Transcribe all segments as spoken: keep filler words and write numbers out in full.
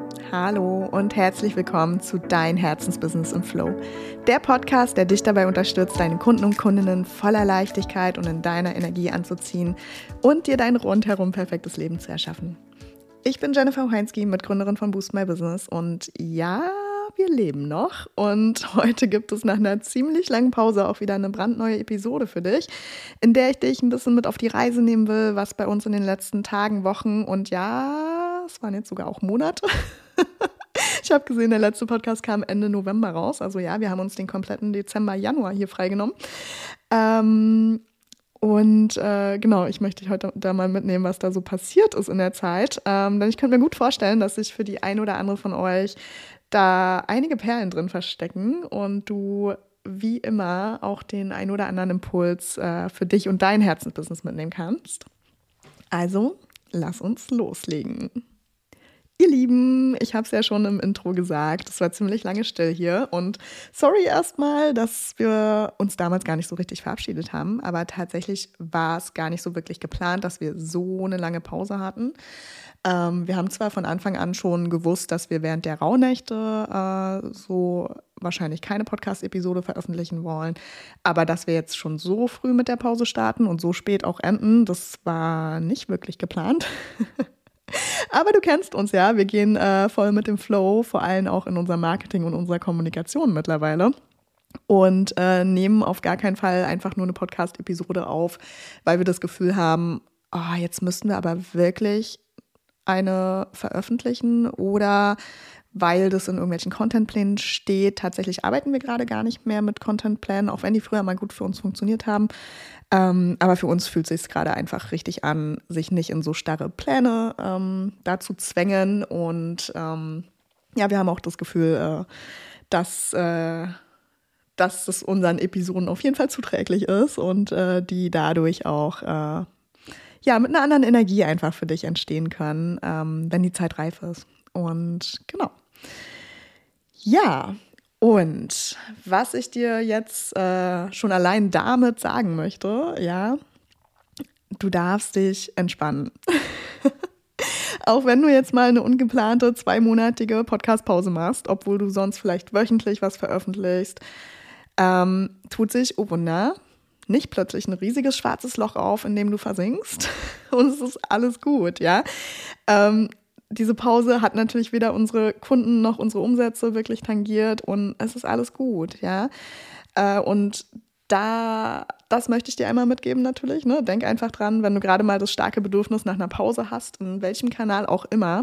Hallo und herzlich willkommen zu Dein Herzensbusiness im Flow. Der Podcast, der dich dabei unterstützt, deine Kunden und Kundinnen voller Leichtigkeit und in deiner Energie anzuziehen und dir dein rundherum perfektes Leben zu erschaffen. Ich bin Jennifer Heinzki, Mitgründerin von Boost My Business und ja, wir leben noch und heute gibt es nach einer ziemlich langen Pause auch wieder eine brandneue Episode für dich, in der ich dich ein bisschen mit auf die Reise nehmen will, was bei uns in den letzten Tagen, Wochen und ja, es waren jetzt sogar auch Monate. Ich habe gesehen, der letzte Podcast kam Ende November raus, also ja, wir haben uns den kompletten Dezember, Januar hier freigenommen. Ähm, Und äh, genau, ich möchte dich heute da mal mitnehmen, was da so passiert ist in der Zeit. Ähm, denn ich könnte mir gut vorstellen, dass sich für die ein oder andere von euch da einige Perlen drin verstecken und du wie immer auch den ein oder anderen Impuls äh, für dich und dein Herzensbusiness mitnehmen kannst. Also, lass uns loslegen. Ihr Lieben, ich habe es ja schon im Intro gesagt, es war ziemlich lange still hier und sorry erstmal, dass wir uns damals gar nicht so richtig verabschiedet haben, aber tatsächlich war es gar nicht so wirklich geplant, dass wir so eine lange Pause hatten. Ähm, wir haben zwar von Anfang an schon gewusst, dass wir während der Rauhnächte äh, so wahrscheinlich keine Podcast-Episode veröffentlichen wollen, aber dass wir jetzt schon so früh mit der Pause starten und so spät auch enden, das war nicht wirklich geplant. Aber du kennst uns ja, wir gehen äh, voll mit dem Flow, vor allem auch in unserem Marketing und unserer Kommunikation mittlerweile. Und äh, nehmen auf gar keinen Fall einfach nur eine Podcast-Episode auf, weil wir das Gefühl haben, oh, jetzt müssten wir aber wirklich eine veröffentlichen oder weil das in irgendwelchen Contentplänen steht. Tatsächlich arbeiten wir gerade gar nicht mehr mit Contentplänen, auch wenn die früher mal gut für uns funktioniert haben. Ähm, aber für uns fühlt es sich gerade einfach richtig an, sich nicht in so starre Pläne ähm, da zu zwängen. Und ähm, ja, wir haben auch das Gefühl, äh, dass, äh, dass es unseren Episoden auf jeden Fall zuträglich ist und äh, die dadurch auch äh, ja, mit einer anderen Energie einfach für dich entstehen können, ähm, wenn die Zeit reif ist. Und genau. Ja, und was ich dir jetzt äh, schon allein damit sagen möchte, ja, du darfst dich entspannen. Auch wenn du jetzt mal eine ungeplante zweimonatige Podcast-Pause machst, obwohl du sonst vielleicht wöchentlich was veröffentlichst, ähm, tut sich, oh Wunder, nicht plötzlich ein riesiges schwarzes Loch auf, in dem du versinkst und es ist alles gut, ja. Ähm, diese Pause hat natürlich weder unsere Kunden noch unsere Umsätze wirklich tangiert und es ist alles gut, ja. Äh, und da, das möchte ich dir einmal mitgeben natürlich, ne? Denk einfach dran, wenn du gerade mal das starke Bedürfnis nach einer Pause hast, in welchem Kanal auch immer,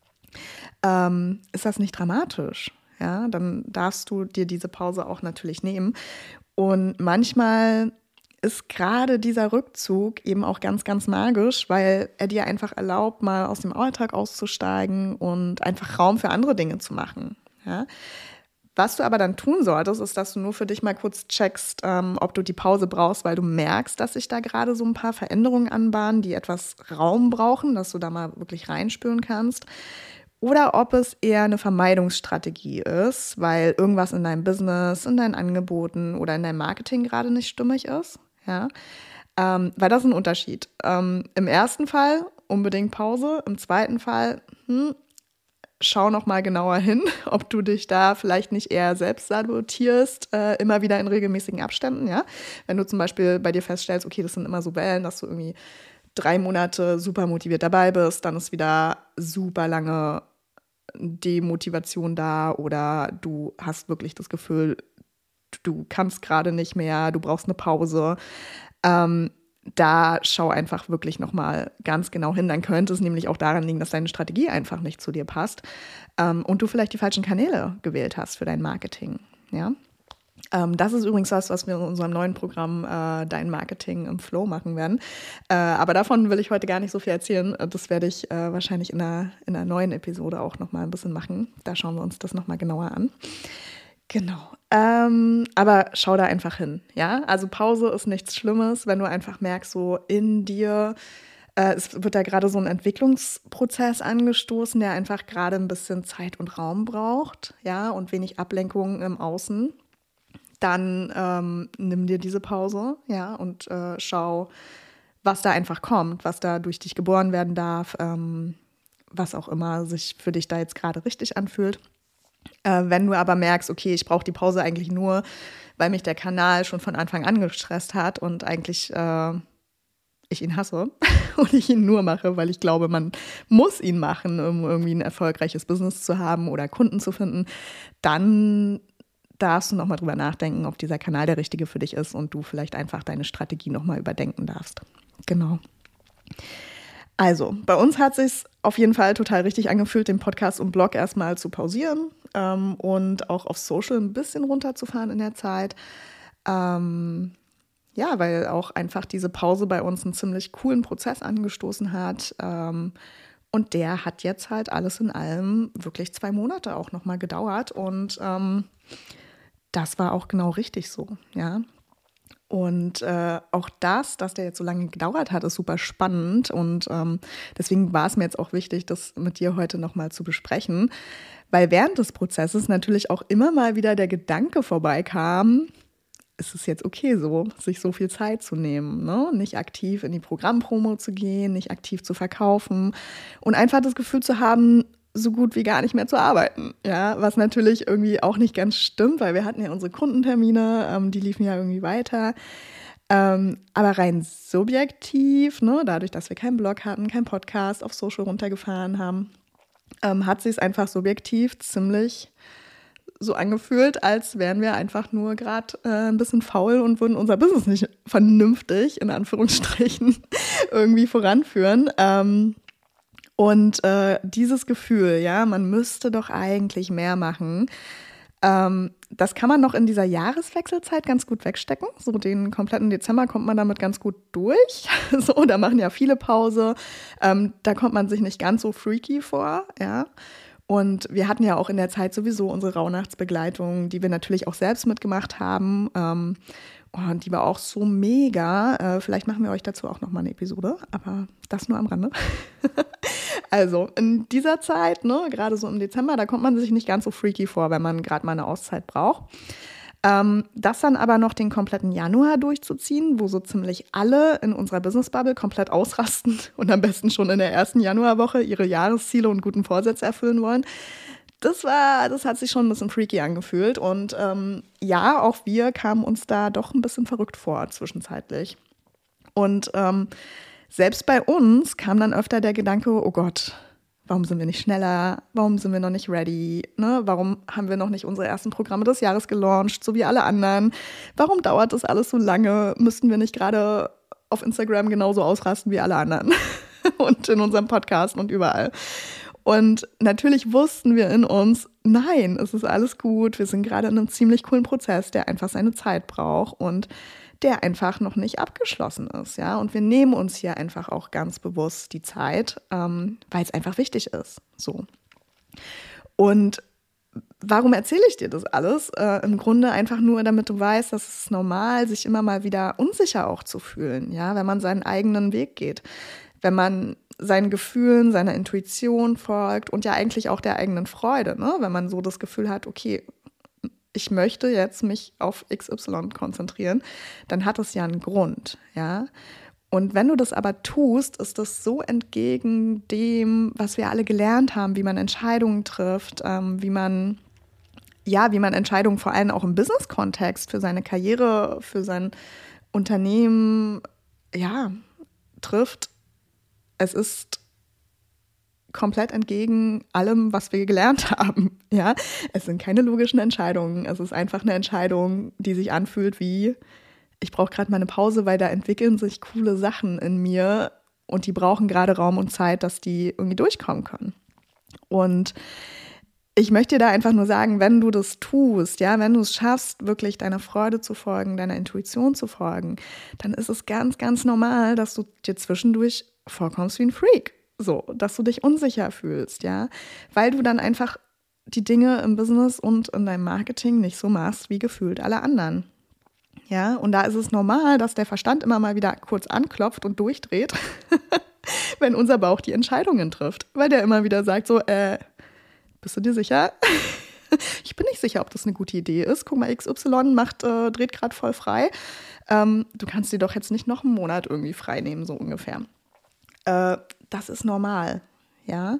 ähm, ist das nicht dramatisch, ja. Dann darfst du dir diese Pause auch natürlich nehmen. Und manchmal ist gerade dieser Rückzug eben auch ganz, ganz magisch, weil er dir einfach erlaubt, mal aus dem Alltag auszusteigen und einfach Raum für andere Dinge zu machen. Ja? Was du aber dann tun solltest, ist, dass du nur für dich mal kurz checkst, ähm, ob du die Pause brauchst, weil du merkst, dass sich da gerade so ein paar Veränderungen anbahnen, die etwas Raum brauchen, dass du da mal wirklich reinspüren kannst. Oder ob es eher eine Vermeidungsstrategie ist, weil irgendwas in deinem Business, in deinen Angeboten oder in deinem Marketing gerade nicht stimmig ist. Ja? Ähm, weil das ist ein Unterschied. Ähm, im ersten Fall unbedingt Pause, im zweiten Fall hm, schau noch mal genauer hin, ob du dich da vielleicht nicht eher selbst sabotierst, äh, immer wieder in regelmäßigen Abständen. Ja? Wenn du zum Beispiel bei dir feststellst, okay, das sind immer so Wellen, dass du irgendwie drei Monate super motiviert dabei bist, dann ist wieder super lange Demotivation da oder du hast wirklich das Gefühl, du kannst gerade nicht mehr, du brauchst eine Pause. Ähm, da schau einfach wirklich nochmal ganz genau hin. Dann könnte es nämlich auch daran liegen, dass deine Strategie einfach nicht zu dir passt ähm, und du vielleicht die falschen Kanäle gewählt hast für dein Marketing. Ja? Ähm, das ist übrigens was, was wir in unserem neuen Programm äh, Dein Marketing im Flow machen werden. Äh, aber davon will ich heute gar nicht so viel erzählen. Das werde ich äh, wahrscheinlich in einer, in einer neuen Episode auch nochmal ein bisschen machen. Da schauen wir uns das nochmal genauer an. Genau. Ähm, aber schau da einfach hin, ja? Also Pause ist nichts Schlimmes, wenn du einfach merkst, so in dir, äh, es wird da gerade so ein Entwicklungsprozess angestoßen, der einfach gerade ein bisschen Zeit und Raum braucht, ja? Und wenig Ablenkungen im Außen. Dann ähm, nimm dir diese Pause, ja, und äh, schau, was da einfach kommt, was da durch dich geboren werden darf, ähm, was auch immer sich für dich da jetzt gerade richtig anfühlt. Äh, wenn du aber merkst, okay, ich brauche die Pause eigentlich nur, weil mich der Kanal schon von Anfang an gestresst hat und eigentlich äh, ich ihn hasse und ich ihn nur mache, weil ich glaube, man muss ihn machen, um irgendwie ein erfolgreiches Business zu haben oder Kunden zu finden, dann darfst du nochmal drüber nachdenken, ob dieser Kanal der richtige für dich ist und du vielleicht einfach deine Strategie nochmal überdenken darfst. Genau. Also, bei uns hat es sich auf jeden Fall total richtig angefühlt, den Podcast und Blog erstmal zu pausieren ähm, und auch auf Social ein bisschen runterzufahren in der Zeit. Ähm, ja, weil auch einfach diese Pause bei uns einen ziemlich coolen Prozess angestoßen hat. Ähm, und der hat jetzt halt alles in allem wirklich zwei Monate auch nochmal gedauert. Und ähm, das war auch genau richtig so, ja. Und äh, auch das, dass der jetzt so lange gedauert hat, ist super spannend. Und ähm, deswegen war es mir jetzt auch wichtig, das mit dir heute nochmal zu besprechen. Weil während des Prozesses natürlich auch immer mal wieder der Gedanke vorbeikam, ist es jetzt okay so, sich so viel Zeit zu nehmen, ne? Nicht aktiv in die Programmpromo zu gehen, nicht aktiv zu verkaufen und einfach das Gefühl zu haben, so gut wie gar nicht mehr zu arbeiten, ja, was natürlich irgendwie auch nicht ganz stimmt, weil wir hatten ja unsere Kundentermine, ähm, die liefen ja irgendwie weiter, ähm, aber rein subjektiv, ne, dadurch, dass wir keinen Blog hatten, keinen Podcast auf Social runtergefahren haben, ähm, hat sich es einfach subjektiv ziemlich so angefühlt, als wären wir einfach nur gerade äh, ein bisschen faul und würden unser Business nicht vernünftig, in Anführungsstrichen, irgendwie voranführen. Ähm, und äh, dieses Gefühl, ja, man müsste doch eigentlich mehr machen, ähm, das kann man noch in dieser Jahreswechselzeit ganz gut wegstecken. So den kompletten Dezember kommt man damit ganz gut durch. So, da machen ja viele Pause. Ähm, da kommt man sich nicht ganz so freaky vor, ja. Und wir hatten ja auch in der Zeit sowieso unsere Rauhnachtsbegleitung, die wir natürlich auch selbst mitgemacht haben. Ähm, und die war auch so mega. Äh, vielleicht machen wir euch dazu auch nochmal eine Episode, aber das nur am Rande. Also in dieser Zeit, ne, gerade so im Dezember, da kommt man sich nicht ganz so freaky vor, wenn man gerade mal eine Auszeit braucht. Ähm, das dann aber noch den kompletten Januar durchzuziehen, wo so ziemlich alle in unserer Business-Bubble komplett ausrasten und am besten schon in der ersten Januarwoche ihre Jahresziele und guten Vorsätze erfüllen wollen. Das war, das hat sich schon ein bisschen freaky angefühlt. Und ähm, ja, auch wir kamen uns da doch ein bisschen verrückt vor zwischenzeitlich. Und ähm, selbst bei uns kam dann öfter der Gedanke, oh Gott, warum sind wir nicht schneller? Warum sind wir noch nicht ready? Ne? Warum haben wir noch nicht unsere ersten Programme des Jahres gelauncht, so wie alle anderen? Warum dauert das alles so lange? Müssten wir nicht gerade auf Instagram genauso ausrasten wie alle anderen? Und in unserem Podcast und überall. Und natürlich wussten wir in uns, nein, es ist alles gut. Wir sind gerade in einem ziemlich coolen Prozess, der einfach seine Zeit braucht und der einfach noch nicht abgeschlossen ist, ja. Und wir nehmen uns hier einfach auch ganz bewusst die Zeit, ähm, weil es einfach wichtig ist. So. Und warum erzähle ich dir das alles? Äh, im Grunde einfach nur, damit du weißt, dass es normal ist, sich immer mal wieder unsicher auch zu fühlen, ja, wenn man seinen eigenen Weg geht, wenn man seinen Gefühlen, seiner Intuition folgt und ja eigentlich auch der eigenen Freude, ne? Wenn man so das Gefühl hat, okay, ich möchte jetzt mich auf X Y konzentrieren, dann hat es ja einen Grund, ja. Und wenn du das aber tust, ist das so entgegen dem, was wir alle gelernt haben, wie man Entscheidungen trifft, ähm, wie man, ja, wie man Entscheidungen vor allem auch im Business-Kontext für seine Karriere, für sein Unternehmen, ja, trifft. Es ist komplett entgegen allem, was wir gelernt haben. Ja, es sind keine logischen Entscheidungen. Es ist einfach eine Entscheidung, die sich anfühlt wie, ich brauche gerade mal eine Pause, weil da entwickeln sich coole Sachen in mir und die brauchen gerade Raum und Zeit, dass die irgendwie durchkommen können. Und ich möchte dir da einfach nur sagen, wenn du das tust, ja, wenn du es schaffst, wirklich deiner Freude zu folgen, deiner Intuition zu folgen, dann ist es ganz, ganz normal, dass du dir zwischendurch vorkommst wie ein Freak. So, dass du dich unsicher fühlst, ja, weil du dann einfach die Dinge im Business und in deinem Marketing nicht so machst wie gefühlt alle anderen. Ja, und da ist es normal, dass der Verstand immer mal wieder kurz anklopft und durchdreht, wenn unser Bauch die Entscheidungen trifft, weil der immer wieder sagt so, äh, bist du dir sicher? Ich bin nicht sicher, ob das eine gute Idee ist. Guck mal, X Y macht, äh, dreht gerade voll frei. Ähm, du kannst dir doch jetzt nicht noch einen Monat irgendwie frei nehmen, so ungefähr. Äh, das ist normal, ja.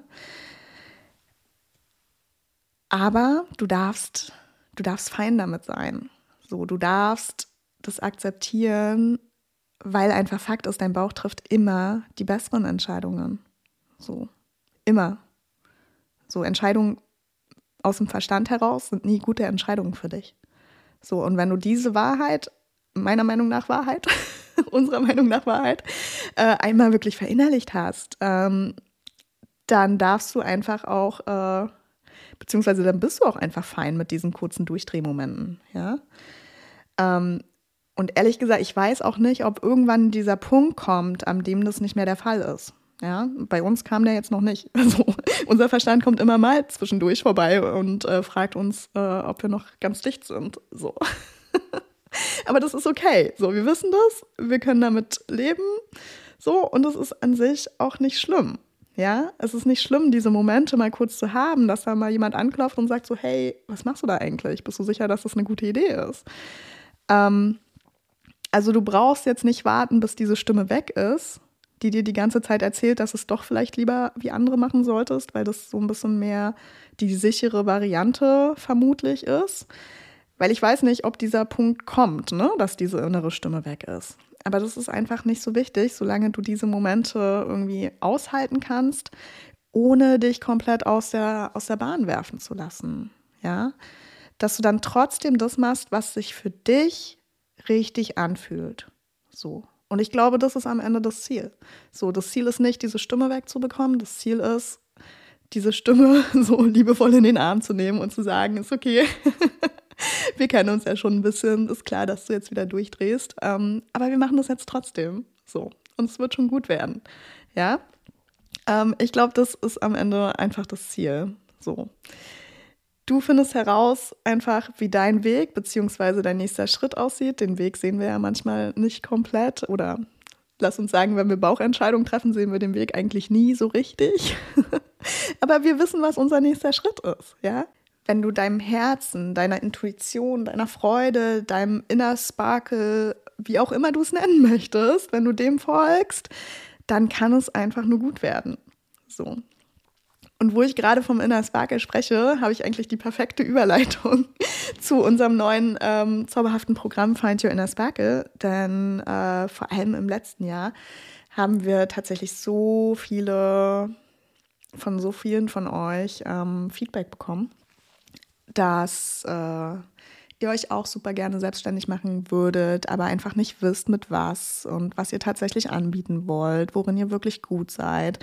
Aber du darfst, du darfst fein damit sein. So, du darfst das akzeptieren, weil einfach Fakt ist, dein Bauch trifft immer die besseren Entscheidungen. So, immer. So, Entscheidungen aus dem Verstand heraus sind nie gute Entscheidungen für dich. So, und wenn du diese Wahrheit, meiner Meinung nach Wahrheit, unserer Meinung nach Wahrheit, äh, einmal wirklich verinnerlicht hast, ähm, dann darfst du einfach auch, äh, beziehungsweise dann bist du auch einfach fein mit diesen kurzen Durchdrehmomenten, ja. Ähm, und ehrlich gesagt, ich weiß auch nicht, ob irgendwann dieser Punkt kommt, an dem das nicht mehr der Fall ist. Ja, bei uns kam der jetzt noch nicht. Also unser Verstand kommt immer mal zwischendurch vorbei und äh, fragt uns, äh, ob wir noch ganz dicht sind. So. Aber das ist okay. So, wir wissen das, wir können damit leben. So, und es ist an sich auch nicht schlimm. Ja, es ist nicht schlimm, diese Momente mal kurz zu haben, dass da mal jemand anklopft und sagt so, hey, was machst du da eigentlich? Bist du sicher, dass das eine gute Idee ist? Ähm, also du brauchst jetzt nicht warten, bis diese Stimme weg ist, die dir die ganze Zeit erzählt, dass es doch vielleicht lieber wie andere machen solltest, weil das so ein bisschen mehr die sichere Variante vermutlich ist. Weil ich weiß nicht, ob dieser Punkt kommt, ne, dass diese innere Stimme weg ist. Aber das ist einfach nicht so wichtig, solange du diese Momente irgendwie aushalten kannst, ohne dich komplett aus der, aus der Bahn werfen zu lassen. Ja? Dass du dann trotzdem das machst, was sich für dich richtig anfühlt. So. Und ich glaube, das ist am Ende das Ziel. So, das Ziel ist nicht, diese Stimme wegzubekommen. Das Ziel ist, diese Stimme so liebevoll in den Arm zu nehmen und zu sagen, ist okay. Wir kennen uns ja schon ein bisschen, ist klar, dass du jetzt wieder durchdrehst, ähm, aber wir machen das jetzt trotzdem so und es wird schon gut werden, ja. Ähm, ich glaube, das ist am Ende einfach das Ziel, so. Du findest heraus einfach, wie dein Weg bzw. dein nächster Schritt aussieht. Den Weg sehen wir ja manchmal nicht komplett oder lass uns sagen, wenn wir Bauchentscheidungen treffen, sehen wir den Weg eigentlich nie so richtig. Aber wir wissen, was unser nächster Schritt ist, ja. Wenn du deinem Herzen, deiner Intuition, deiner Freude, deinem Inner Sparkle, wie auch immer du es nennen möchtest, wenn du dem folgst, dann kann es einfach nur gut werden. So. Und wo ich gerade vom Inner Sparkle spreche, habe ich eigentlich die perfekte Überleitung zu unserem neuen ähm, zauberhaften Programm Find Your Inner Sparkle. Denn äh, vor allem im letzten Jahr haben wir tatsächlich so viele, von so vielen von euch ähm, Feedback bekommen, dass äh, ihr euch auch super gerne selbstständig machen würdet, aber einfach nicht wisst, mit was und was ihr tatsächlich anbieten wollt, worin ihr wirklich gut seid.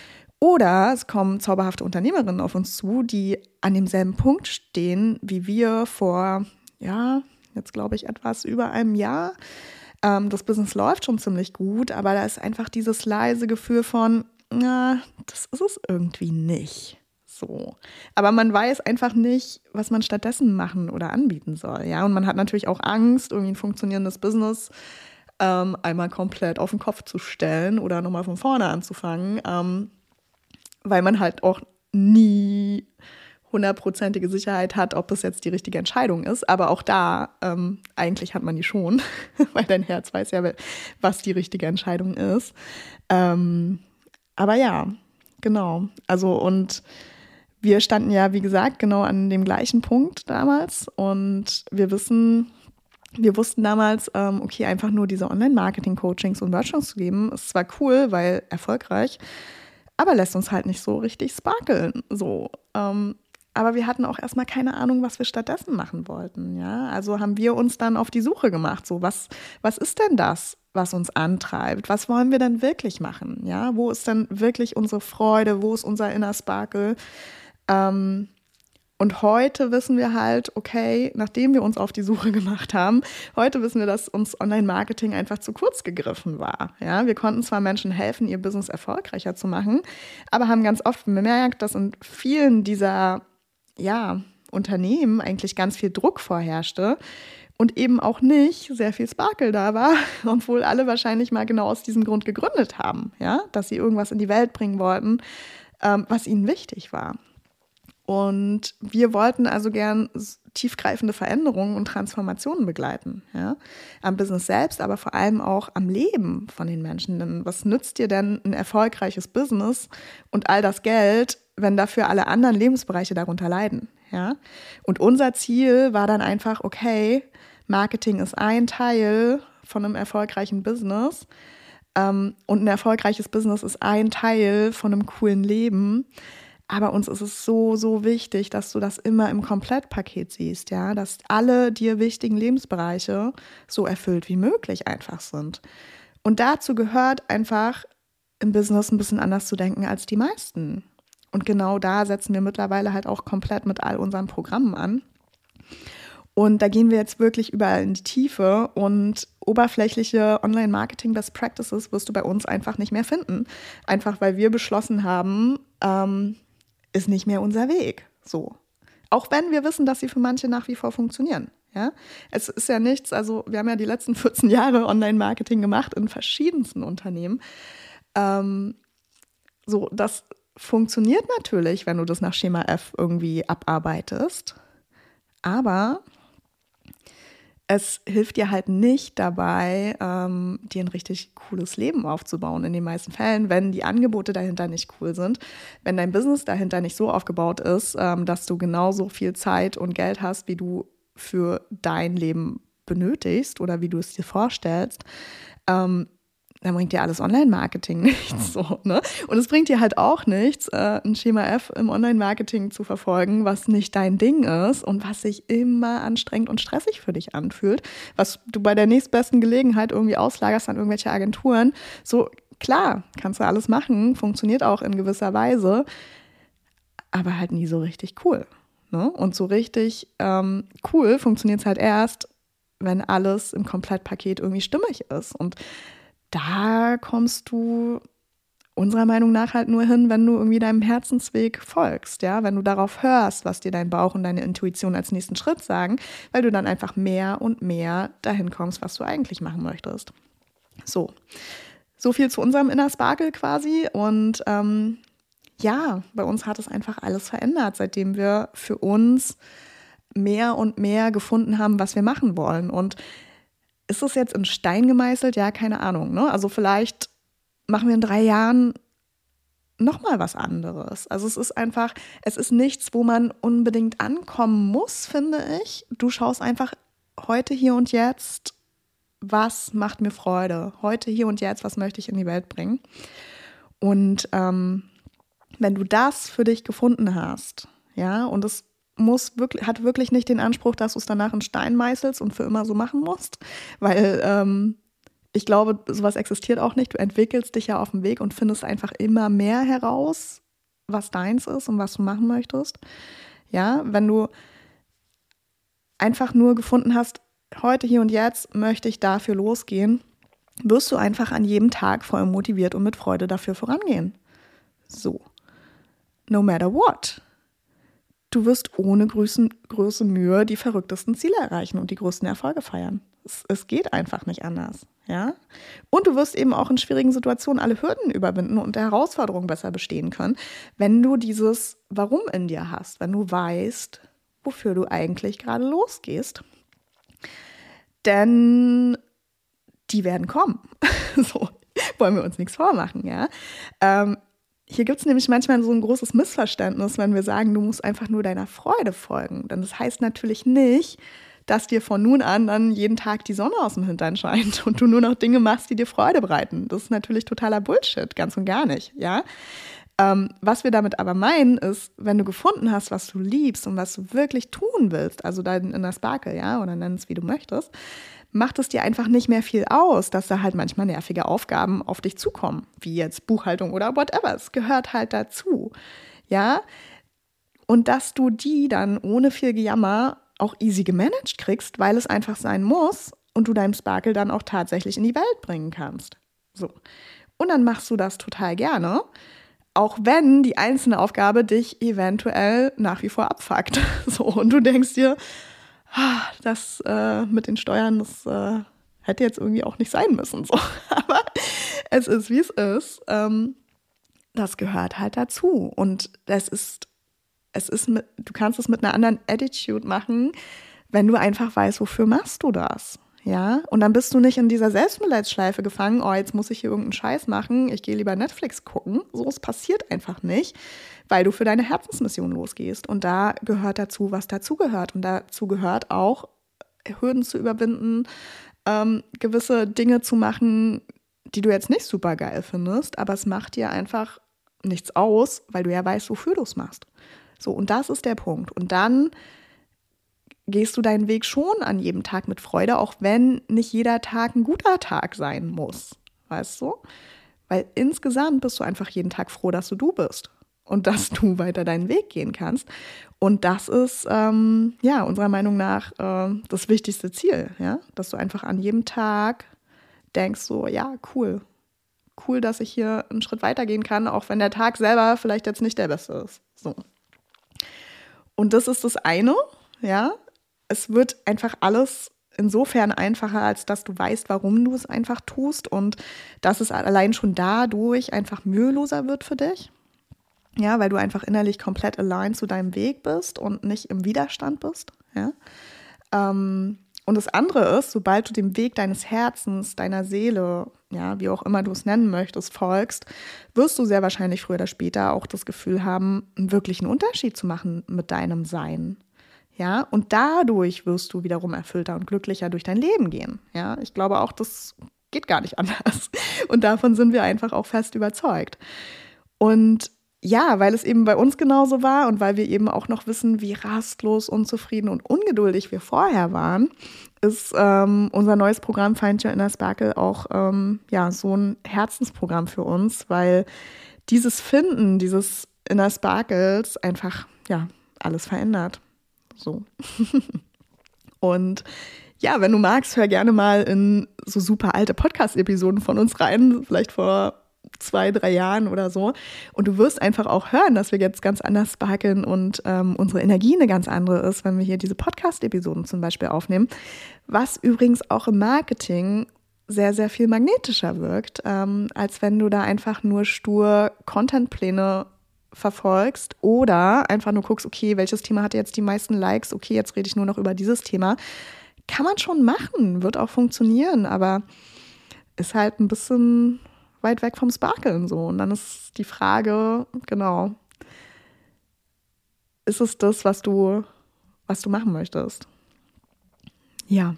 Oder es kommen zauberhafte Unternehmerinnen auf uns zu, die an demselben Punkt stehen, wie wir vor, ja, jetzt glaube ich etwas über einem Jahr. Ähm, das Business läuft schon ziemlich gut, aber da ist einfach dieses leise Gefühl von, na, das ist es irgendwie nicht. So. Aber man weiß einfach nicht, was man stattdessen machen oder anbieten soll. Ja? Und man hat natürlich auch Angst, irgendwie ein funktionierendes Business ähm, einmal komplett auf den Kopf zu stellen oder nochmal von vorne anzufangen, ähm, weil man halt auch nie hundertprozentige Sicherheit hat, ob das jetzt die richtige Entscheidung ist. Aber auch da, ähm, eigentlich hat man die schon, weil dein Herz weiß ja, was die richtige Entscheidung ist. Ähm, aber ja, genau. Also und wir standen ja, wie gesagt, genau an dem gleichen Punkt damals und wir wissen, wir wussten damals, ähm, okay, einfach nur diese Online-Marketing-Coachings und Workshops zu geben, ist zwar cool, weil erfolgreich, aber lässt uns halt nicht so richtig sparkeln, so. Ähm, aber wir hatten auch erstmal keine Ahnung, was wir stattdessen machen wollten, ja. Also haben wir uns dann auf die Suche gemacht, so was, was ist denn das, was uns antreibt? Was wollen wir denn wirklich machen, ja? Wo ist denn wirklich unsere Freude? Wo ist unser Inner Sparkle? Ähm, und heute wissen wir halt, okay, nachdem wir uns auf die Suche gemacht haben, heute wissen wir, dass uns Online-Marketing einfach zu kurz gegriffen war. Ja, wir konnten zwar Menschen helfen, ihr Business erfolgreicher zu machen, aber haben ganz oft bemerkt, dass in vielen dieser ja, Unternehmen eigentlich ganz viel Druck vorherrschte und eben auch nicht sehr viel Sparkle da war, obwohl alle wahrscheinlich mal genau aus diesem Grund gegründet haben, ja, dass sie irgendwas in die Welt bringen wollten, ähm, was ihnen wichtig war. Und wir wollten also gern tiefgreifende Veränderungen und Transformationen begleiten. Ja? Am Business selbst, aber vor allem auch am Leben von den Menschen. Denn was nützt dir denn ein erfolgreiches Business und all das Geld, wenn dafür alle anderen Lebensbereiche darunter leiden? Ja? Und unser Ziel war dann einfach, okay, Marketing ist ein Teil von einem erfolgreichen Business ähm, und ein erfolgreiches Business ist ein Teil von einem coolen Leben. Aber uns ist es so, so wichtig, dass du das immer im Komplettpaket siehst, ja, dass alle dir wichtigen Lebensbereiche so erfüllt wie möglich einfach sind. Und dazu gehört einfach, im Business ein bisschen anders zu denken als die meisten. Und genau da setzen wir mittlerweile halt auch komplett mit all unseren Programmen an. Und da gehen wir jetzt wirklich überall in die Tiefe und oberflächliche Online-Marketing-Best Practices wirst du bei uns einfach nicht mehr finden. Einfach weil wir beschlossen haben, ähm, ist nicht mehr unser Weg. So. Auch wenn wir wissen, dass sie für manche nach wie vor funktionieren. Ja? Es ist ja nichts, also wir haben ja die letzten vierzehn Jahre Online-Marketing gemacht in verschiedensten Unternehmen. Ähm, so, das funktioniert natürlich, wenn du das nach Schema F irgendwie abarbeitest. Aber es hilft dir halt nicht dabei, ähm, dir ein richtig cooles Leben aufzubauen in den meisten Fällen, wenn die Angebote dahinter nicht cool sind, wenn dein Business dahinter nicht so aufgebaut ist, ähm, dass du genauso viel Zeit und Geld hast, wie du für dein Leben benötigst oder wie du es dir vorstellst. Ähm, dann bringt dir alles Online-Marketing nichts. So, ne? Und es bringt dir halt auch nichts, äh, ein Schema F im Online-Marketing zu verfolgen, was nicht dein Ding ist und was sich immer anstrengend und stressig für dich anfühlt, was du bei der nächstbesten Gelegenheit irgendwie auslagerst an irgendwelche Agenturen. So, klar, kannst du alles machen, funktioniert auch in gewisser Weise, aber halt nie so richtig cool. Ne? Und so richtig ähm, cool funktioniert es halt erst, wenn alles im Komplettpaket irgendwie stimmig ist. Und da kommst du unserer Meinung nach halt nur hin, wenn du irgendwie deinem Herzensweg folgst, ja, wenn du darauf hörst, was dir dein Bauch und deine Intuition als nächsten Schritt sagen, weil du dann einfach mehr und mehr dahin kommst, was du eigentlich machen möchtest. So, so viel zu unserem Inner Sparkle quasi und ähm, ja, bei uns hat es einfach alles verändert, seitdem wir für uns mehr und mehr gefunden haben, was wir machen wollen. Und ist es jetzt in Stein gemeißelt? Ja, keine Ahnung. Ne? Also vielleicht machen wir in drei Jahren nochmal was anderes. Also es ist einfach, es ist nichts, wo man unbedingt ankommen muss, finde ich. Du schaust einfach heute, hier und jetzt, was macht mir Freude? Heute, hier und jetzt, was möchte ich in die Welt bringen? Und ähm, wenn du das für dich gefunden hast, ja, und es muss wirklich, hat wirklich nicht den Anspruch, dass du es danach in Stein meißelst und für immer so machen musst, weil ähm, ich glaube, sowas existiert auch nicht. Du entwickelst dich ja auf dem Weg und findest einfach immer mehr heraus, was deins ist und was du machen möchtest. Ja, wenn du einfach nur gefunden hast, heute, hier und jetzt möchte ich dafür losgehen, wirst du einfach an jedem Tag voll motiviert und mit Freude dafür vorangehen. So. No matter what. Du wirst ohne große, große Mühe die verrücktesten Ziele erreichen und die größten Erfolge feiern. Es, es geht einfach nicht anders. Ja? Und du wirst eben auch in schwierigen Situationen alle Hürden überwinden und Herausforderungen besser bestehen können, wenn du dieses Warum in dir hast, wenn du weißt, wofür du eigentlich gerade losgehst. Denn die werden kommen. So, wollen wir uns nichts vormachen. Ja? Ähm, Hier gibt es nämlich manchmal so ein großes Missverständnis, wenn wir sagen, du musst einfach nur deiner Freude folgen. Denn das heißt natürlich nicht, dass dir von nun an dann jeden Tag die Sonne aus dem Hintern scheint und du nur noch Dinge machst, die dir Freude bereiten. Das ist natürlich totaler Bullshit, ganz und gar nicht. Ja? Ähm, was wir damit aber meinen, ist, wenn du gefunden hast, was du liebst und was du wirklich tun willst, also dein Inner Sparkle, ja, oder nenn es, wie du möchtest, macht es dir einfach nicht mehr viel aus, dass da halt manchmal nervige Aufgaben auf dich zukommen, wie jetzt Buchhaltung oder whatever. Es gehört halt dazu, ja. Und dass du die dann ohne viel Gejammer auch easy gemanagt kriegst, weil es einfach sein muss und du deinen Sparkle dann auch tatsächlich in die Welt bringen kannst. So. Und dann machst du das total gerne, auch wenn die einzelne Aufgabe dich eventuell nach wie vor abfuckt. So, und du denkst dir, das äh, mit den Steuern, das äh, hätte jetzt irgendwie auch nicht sein müssen. So. Aber es ist, wie es ist. Ähm, das gehört halt dazu. Und es ist es ist mit, du kannst es mit einer anderen Attitude machen, wenn du einfach weißt, wofür machst du das. Ja, und dann bist du nicht in dieser Selbstmitleidsschleife gefangen, oh, jetzt muss ich hier irgendeinen Scheiß machen, ich gehe lieber Netflix gucken. So, es passiert einfach nicht, weil du für deine Herzensmission losgehst. Und da gehört dazu, was dazu gehört. Und dazu gehört auch, Hürden zu überwinden, ähm, gewisse Dinge zu machen, die du jetzt nicht super geil findest, aber es macht dir einfach nichts aus, weil du ja weißt, wofür du es machst. So, und das ist der Punkt. Und dann gehst du deinen Weg schon an jedem Tag mit Freude, auch wenn nicht jeder Tag ein guter Tag sein muss, weißt du? Weil insgesamt bist du einfach jeden Tag froh, dass du du bist und dass du weiter deinen Weg gehen kannst. Und das ist, ähm, ja, unserer Meinung nach äh, das wichtigste Ziel, ja? Dass du einfach an jedem Tag denkst so, ja, cool, cool, dass ich hier einen Schritt weitergehen kann, auch wenn der Tag selber vielleicht jetzt nicht der beste ist. So. Und das ist das eine, ja. Es wird einfach alles insofern einfacher, als dass du weißt, warum du es einfach tust und dass es allein schon dadurch einfach müheloser wird für dich. Ja, weil du einfach innerlich komplett allein zu deinem Weg bist und nicht im Widerstand bist. Ja. Ähm, und das andere ist, sobald du dem Weg deines Herzens, deiner Seele, ja, wie auch immer du es nennen möchtest, folgst, wirst du sehr wahrscheinlich früher oder später auch das Gefühl haben, einen wirklichen Unterschied zu machen mit deinem Sein. Ja, und dadurch wirst du wiederum erfüllter und glücklicher durch dein Leben gehen. Ja, ich glaube auch, das geht gar nicht anders. Und davon sind wir einfach auch fest überzeugt. Und ja, weil es eben bei uns genauso war und weil wir eben auch noch wissen, wie rastlos, unzufrieden und ungeduldig wir vorher waren, ist ähm, unser neues Programm Find Your Inner Sparkle auch ähm, ja, so ein Herzensprogramm für uns, weil dieses Finden dieses Inner Sparkles einfach ja, alles verändert. So. Und ja, wenn du magst, hör gerne mal in so super alte Podcast-Episoden von uns rein, vielleicht vor zwei, drei Jahren oder so. Und du wirst einfach auch hören, dass wir jetzt ganz anders sparkeln und ähm, unsere Energie eine ganz andere ist, wenn wir hier diese Podcast-Episoden zum Beispiel aufnehmen. Was übrigens auch im Marketing sehr, sehr viel magnetischer wirkt, ähm, als wenn du da einfach nur stur Contentpläne verfolgst oder einfach nur guckst, okay, welches Thema hat jetzt die meisten Likes, okay, jetzt rede ich nur noch über dieses Thema. Kann man schon machen, wird auch funktionieren, aber ist halt ein bisschen weit weg vom Sparkeln so. Und dann ist die Frage, genau, ist es das, was du, was du machen möchtest? Ja.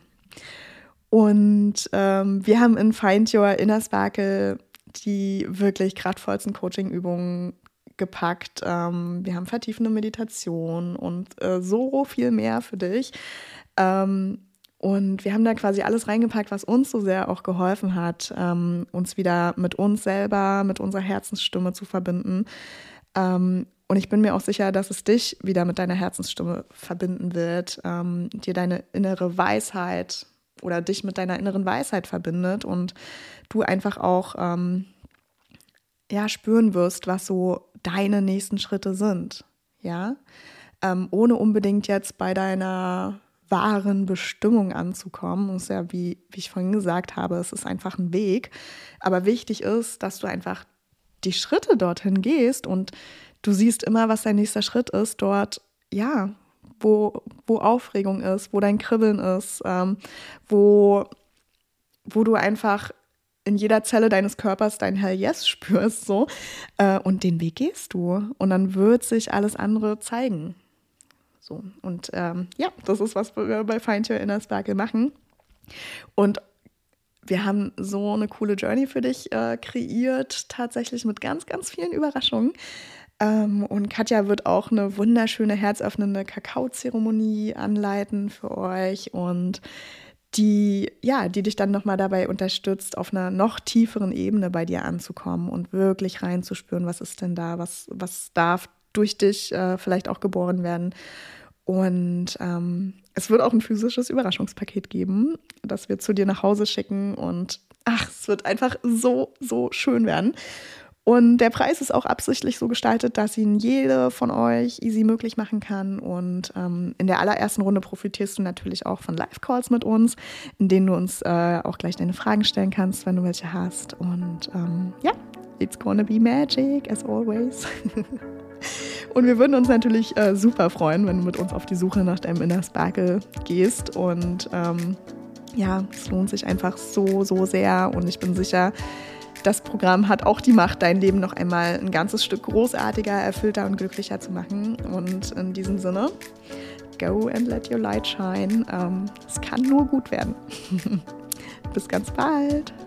Und ähm, wir haben in Find Your Inner Sparkle die wirklich kraftvollsten Coaching-Übungen gepackt. Ähm, wir haben vertiefende Meditation und äh, so viel mehr für dich. Ähm, und wir haben da quasi alles reingepackt, was uns so sehr auch geholfen hat, ähm, uns wieder mit uns selber, mit unserer Herzensstimme zu verbinden. Ähm, und ich bin mir auch sicher, dass es dich wieder mit deiner Herzensstimme verbinden wird, ähm, dir deine innere Weisheit oder dich mit deiner inneren Weisheit verbindet und du einfach auch ähm, ja, spüren wirst, was so deine nächsten Schritte sind, ja, ähm, ohne unbedingt jetzt bei deiner wahren Bestimmung anzukommen. Das ist ja, wie, wie ich vorhin gesagt habe, es ist einfach ein Weg, aber wichtig ist, dass du einfach die Schritte dorthin gehst und du siehst immer, was dein nächster Schritt ist, dort, ja, wo, wo Aufregung ist, wo dein Kribbeln ist, ähm, wo, wo du einfach in jeder Zelle deines Körpers dein Hell Yes spürst, so, äh, und den Weg gehst du und dann wird sich alles andere zeigen. So, und ähm, ja, das ist, was wir bei Find Your Inner Sparkle machen. Und wir haben so eine coole Journey für dich äh, kreiert, tatsächlich mit ganz, ganz vielen Überraschungen. Ähm, und Katja wird auch eine wunderschöne, herzöffnende Kakaozeremonie anleiten für euch und die, ja, die dich dann nochmal dabei unterstützt, auf einer noch tieferen Ebene bei dir anzukommen und wirklich reinzuspüren, was ist denn da, was, was darf durch dich äh, vielleicht auch geboren werden. Und ähm, es wird auch ein physisches Überraschungspaket geben, das wir zu dir nach Hause schicken und ach, es wird einfach so, so schön werden. Und der Preis ist auch absichtlich so gestaltet, dass ihn jede von euch easy möglich machen kann. Und ähm, in der allerersten Runde profitierst du natürlich auch von Live-Calls mit uns, in denen du uns äh, auch gleich deine Fragen stellen kannst, wenn du welche hast. Und ähm, ja, it's gonna be magic as always. Und wir würden uns natürlich äh, super freuen, wenn du mit uns auf die Suche nach deinem Inner Sparkle gehst. Und ähm, ja, es lohnt sich einfach so, so sehr. Und ich bin sicher, das Programm hat auch die Macht, dein Leben noch einmal ein ganzes Stück großartiger, erfüllter und glücklicher zu machen. Und in diesem Sinne, go and let your light shine. Ähm, es kann nur gut werden. Bis ganz bald.